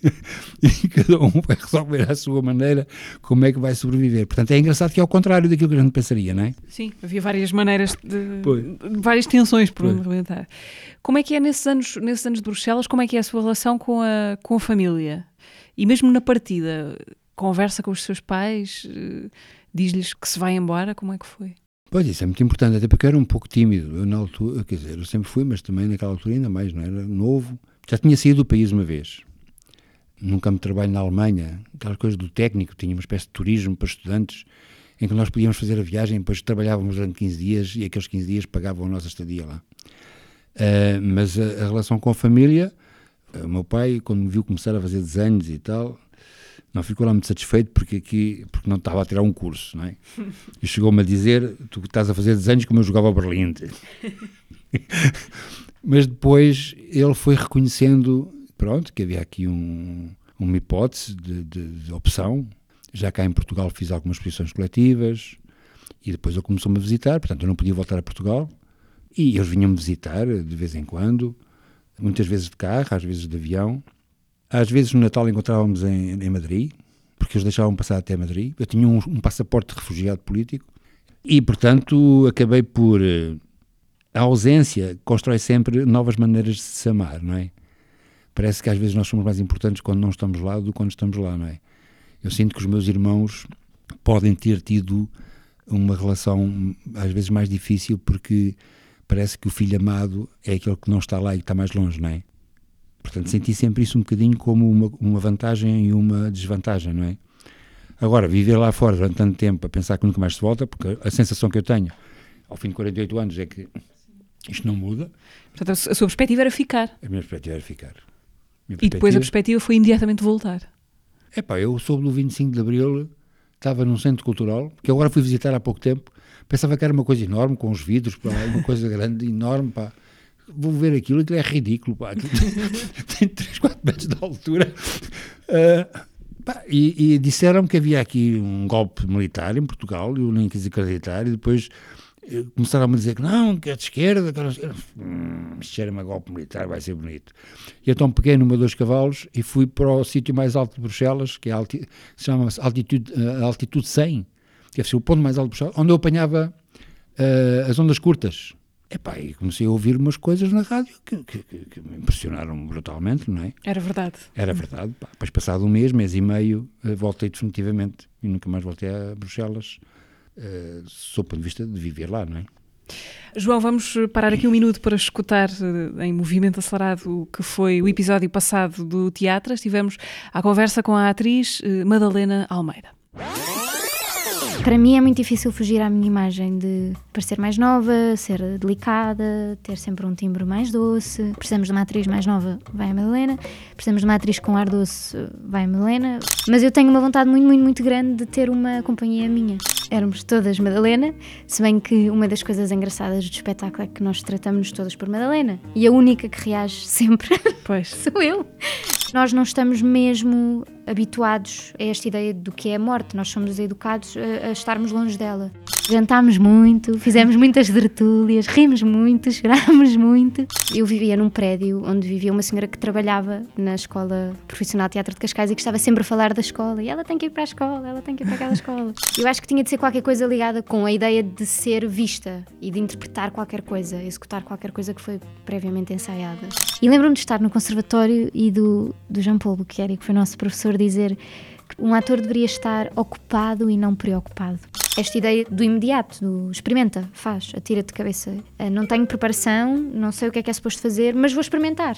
e cada um vai resolver à sua maneira como é que vai sobreviver. Portanto, é engraçado que é ao contrário daquilo que a gente pensaria, não é? Sim, havia várias maneiras várias tensões por onde arrebentar. Como é que é nesses anos de Bruxelas, como é que é a sua relação com a família? E mesmo na partida, conversa com os seus pais... Diz-lhes que se vai embora, como é que foi? Pois, isso é muito importante, até porque eu era um pouco tímido. Eu, na altura, quer dizer, eu sempre fui, mas também naquela altura ainda mais, não era novo. Já tinha saído do país uma vez. Nunca me trabalho na Alemanha, aquelas coisas do técnico, tinha uma espécie de turismo para estudantes, em que nós podíamos fazer a viagem, depois trabalhávamos durante 15 dias e aqueles 15 dias pagavam a nossa estadia lá. Mas a relação com a família, o meu pai, quando me viu começar a fazer desenhos e tal... Não ficou lá muito satisfeito porque não estava a tirar um curso, não é? E chegou-me a dizer, tu estás a fazer desenhos como eu jogava ao Berlim. Mas depois ele foi reconhecendo, pronto, que havia aqui uma hipótese de opção. Já cá em Portugal fiz algumas exposições coletivas e depois ele começou-me a visitar, portanto eu não podia voltar a Portugal. E eles vinham-me visitar de vez em quando, muitas vezes de carro, às vezes de avião. Às vezes no Natal encontrávamos em Madrid, porque eles deixavam passar até Madrid. Eu tinha um passaporte de refugiado político e, portanto, acabei por... A ausência constrói sempre novas maneiras de se amar, não é? Parece que às vezes nós somos mais importantes quando não estamos lá do que quando estamos lá, não é? Eu sinto que os meus irmãos podem ter tido uma relação às vezes mais difícil porque parece que o filho amado é aquele que não está lá e que está mais longe, não é? Portanto, senti sempre isso um bocadinho como uma vantagem e uma desvantagem, não é? Agora, viver lá fora durante tanto tempo a pensar que nunca mais se volta, porque a sensação que eu tenho ao fim de 48 anos é que isto não muda. Portanto, a sua perspectiva era ficar. A minha perspectiva era ficar. E depois a perspectiva foi imediatamente voltar. Eu soube do 25 de Abril, estava num centro cultural, que agora fui visitar há pouco tempo, pensava que era uma coisa enorme, com os vidros, uma coisa grande, enorme, vou ver aquilo é ridículo, tem 3, 4 metros de altura. E disseram que havia aqui um golpe militar em Portugal, e eu nem quis acreditar, e depois começaram a me dizer que não, que é de esquerda, que isto cheira-me a golpe militar, vai ser bonito. E então peguei numa 2 cavalos e fui para o sítio mais alto de Bruxelas, que se chama altitude 100, que é o ponto mais alto de Bruxelas, onde eu apanhava as ondas curtas. E comecei a ouvir umas coisas na rádio que me impressionaram brutalmente, não é? Era verdade. Era verdade. Depois, passado um mês e meio, voltei definitivamente e nunca mais voltei a Bruxelas, sob o ponto de vista de viver lá, não é? João, vamos parar aqui um minuto para escutar em movimento acelerado o que foi o episódio passado do teatro. Estivemos à conversa com a atriz Madalena Almeida. Para mim é muito difícil fugir à minha imagem de parecer mais nova, ser delicada, ter sempre um timbre mais doce. Precisamos de uma atriz mais nova, vai a Madalena. Precisamos de uma atriz com ar doce, vai a Madalena. Mas eu tenho uma vontade muito, muito, muito grande de ter uma companhia minha. Éramos todas Madalena, se bem que uma das coisas engraçadas do espetáculo é que nós tratamos-nos todas por Madalena. E a única que reage sempre sou eu. Nós não estamos mesmo habituados a esta ideia do que é a morte. Nós somos educados a estarmos longe dela. Jantámos muito, fizemos muitas tertúlias, rimos muito, chorámos muito. Eu vivia num prédio onde vivia uma senhora que trabalhava na Escola Profissional de Teatro de Cascais e que estava sempre a falar da escola. E ela tem que ir para a escola, ela tem que ir para aquela escola. Eu acho que tinha de ser qualquer coisa ligada com a ideia de ser vista e de interpretar qualquer coisa, executar qualquer coisa que foi previamente ensaiada. E lembro-me de estar no conservatório e do Jean-Paul Buqueri, que foi nosso professor, dizer que um ator deveria estar ocupado e não preocupado. Esta ideia do imediato, do experimenta, faz, atira-te de cabeça. Não tenho preparação, não sei o que é suposto fazer, mas vou experimentar.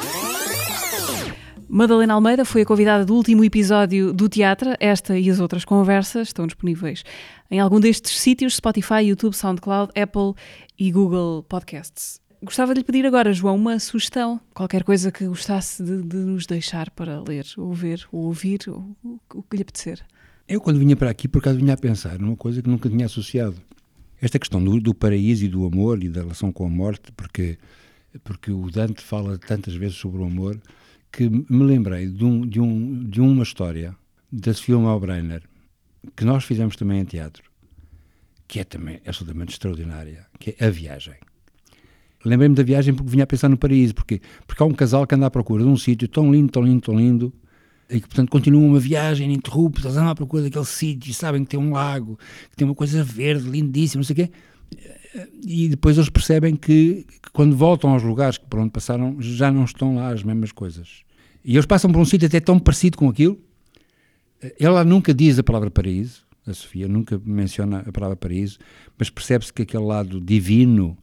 Madalena Almeida foi a convidada do último episódio do teatro. Esta e as outras conversas estão disponíveis em algum destes sítios: Spotify, YouTube, SoundCloud, Apple e Google Podcasts. Gostava de lhe pedir agora, João, uma sugestão, qualquer coisa que gostasse de nos deixar para ler, ou ver, ou ouvir, ou o que lhe apetecer. Eu, quando vinha para aqui, por acaso vinha a pensar numa coisa que nunca tinha associado. Esta questão do paraíso e do amor e da relação com a morte, porque o Dante fala tantas vezes sobre o amor, que me lembrei de uma história da Sofia Melbrenner, que nós fizemos também em teatro, que é também absolutamente extraordinária, que é A Viagem. Lembrei-me da viagem porque vinha a pensar no paraíso, porque há um casal que anda à procura de um sítio tão lindo, tão lindo, tão lindo, e que, portanto, continuam uma viagem ininterrupta, eles andam à procura daquele sítio, sabem que tem um lago, que tem uma coisa verde, lindíssima, não sei o quê, e depois eles percebem que quando voltam aos lugares por onde passaram, já não estão lá as mesmas coisas. E eles passam por um sítio até tão parecido com aquilo. Ela nunca diz a palavra paraíso, a Sofia nunca menciona a palavra paraíso, mas percebe-se que aquele lado divino,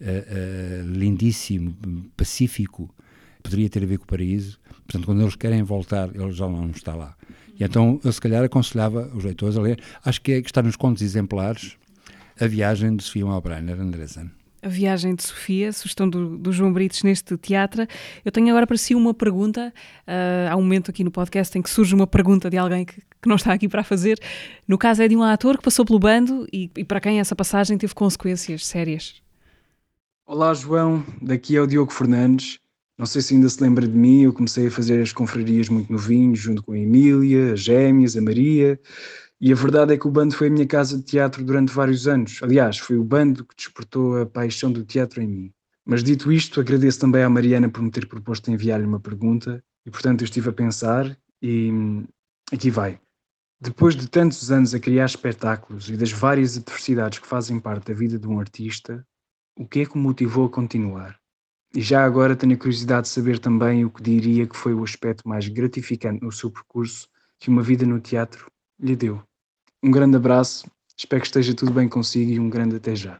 lindíssimo, pacífico, poderia ter a ver com o paraíso. Portanto, quando eles querem voltar, ele já não está lá. E então, eu se calhar aconselhava os leitores a ler, acho que está nos contos exemplares, A Viagem de Sofia Melbrenner Andresen. A Viagem de Sofia, sugestão do João Brites neste teatro. Eu tenho agora para si uma pergunta. Há um momento aqui no podcast em que surge uma pergunta de alguém que não está aqui para a fazer. No caso é de um ator que passou pelo bando e para quem essa passagem teve consequências sérias. Olá João, daqui é o Diogo Fernandes. Não sei se ainda se lembra de mim, eu comecei a fazer as confrarias muito novinho, junto com a Emília, as Gêmeas, a Maria, e a verdade é que o bando foi a minha casa de teatro durante vários anos. Aliás, foi o bando que despertou a paixão do teatro em mim. Mas dito isto, agradeço também à Mariana por me ter proposto enviar-lhe uma pergunta, e portanto eu estive a pensar, e aqui vai. Depois de tantos anos a criar espetáculos e das várias adversidades que fazem parte da vida de um artista, o que é que o motivou a continuar? E já agora tenho a curiosidade de saber também o que diria que foi o aspecto mais gratificante no seu percurso que uma vida no teatro lhe deu. Um grande abraço, espero que esteja tudo bem consigo e um grande até já.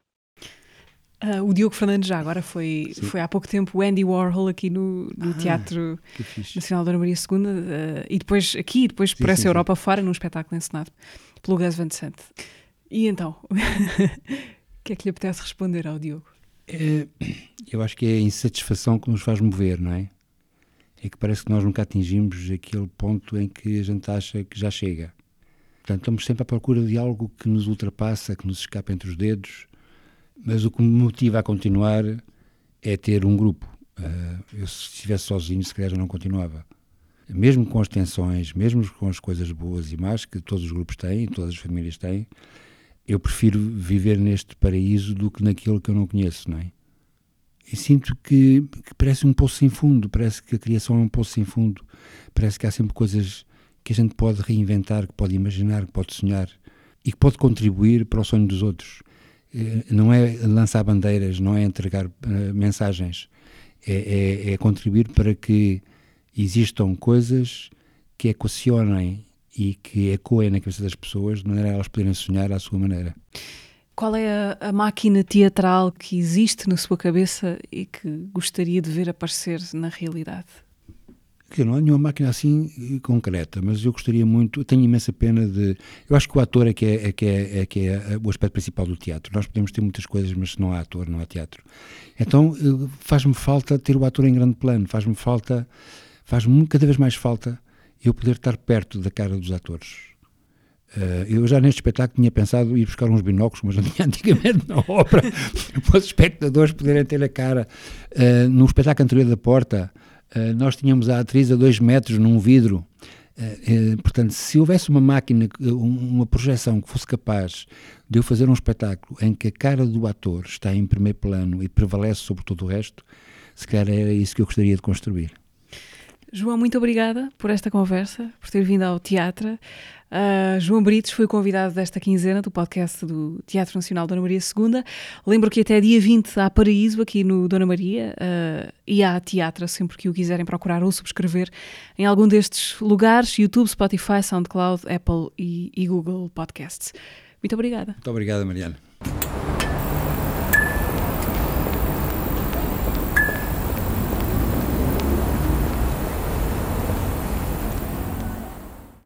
O Diogo Fernandes já agora foi há pouco tempo o Andy Warhol aqui no Teatro Nacional Dona Maria II e depois aqui, depois por essa Europa fora, num espetáculo encenado pelo Gus Van Sant. E então, o que é que lhe apetece responder ao Diogo? Eu acho que é a insatisfação que nos faz mover, não é? É que parece que nós nunca atingimos aquele ponto em que a gente acha que já chega. Portanto, estamos sempre à procura de algo que nos ultrapassa, que nos escapa entre os dedos, mas o que me motiva a continuar é ter um grupo. Eu, se estivesse sozinho, se calhar já não continuava. mesmo com as tensões, mesmo com as coisas boas e más que todos os grupos têm, todas as famílias têm, eu prefiro viver neste paraíso do que naquele que eu não conheço, não é? E sinto que parece um poço sem fundo, parece que a criação é um poço sem fundo, parece que há sempre coisas que a gente pode reinventar, que pode imaginar, que pode sonhar e que pode contribuir para o sonho dos outros. Não é lançar bandeiras, não é entregar mensagens, é contribuir para que existam coisas que equacionem e que ecoem na cabeça das pessoas, de maneira a elas poderem sonhar à sua maneira. Qual é a máquina teatral que existe na sua cabeça e que gostaria de ver aparecer na realidade? Não há nenhuma máquina assim concreta, mas eu gostaria muito, tenho imensa pena de... Eu acho que o ator é que é o aspecto principal do teatro. Nós podemos ter muitas coisas, mas se não há ator, não há teatro. Então faz-me falta ter o ator em grande plano, faz-me cada vez mais falta eu poder estar perto da cara dos atores. Eu já neste espetáculo tinha pensado ir buscar uns binóculos, mas não tinha antigamente na ópera, para os espectadores poderem ter a cara. No espetáculo anterior da Porta, nós tínhamos a atriz a 2 metros num vidro. Portanto, se houvesse uma máquina, uma projeção que fosse capaz de eu fazer um espetáculo em que a cara do ator está em primeiro plano e prevalece sobre todo o resto, se calhar era isso que eu gostaria de construir. João, muito obrigada por esta conversa, por ter vindo ao teatro. João Brites foi o convidado desta quinzena do podcast do Teatro Nacional Dona Maria II. Lembro que até dia 20 há Paraíso aqui no Dona Maria e há teatro sempre que o quiserem procurar ou subscrever em algum destes lugares, YouTube, Spotify, SoundCloud, Apple e Google Podcasts. Muito obrigada. Muito obrigada, Mariana.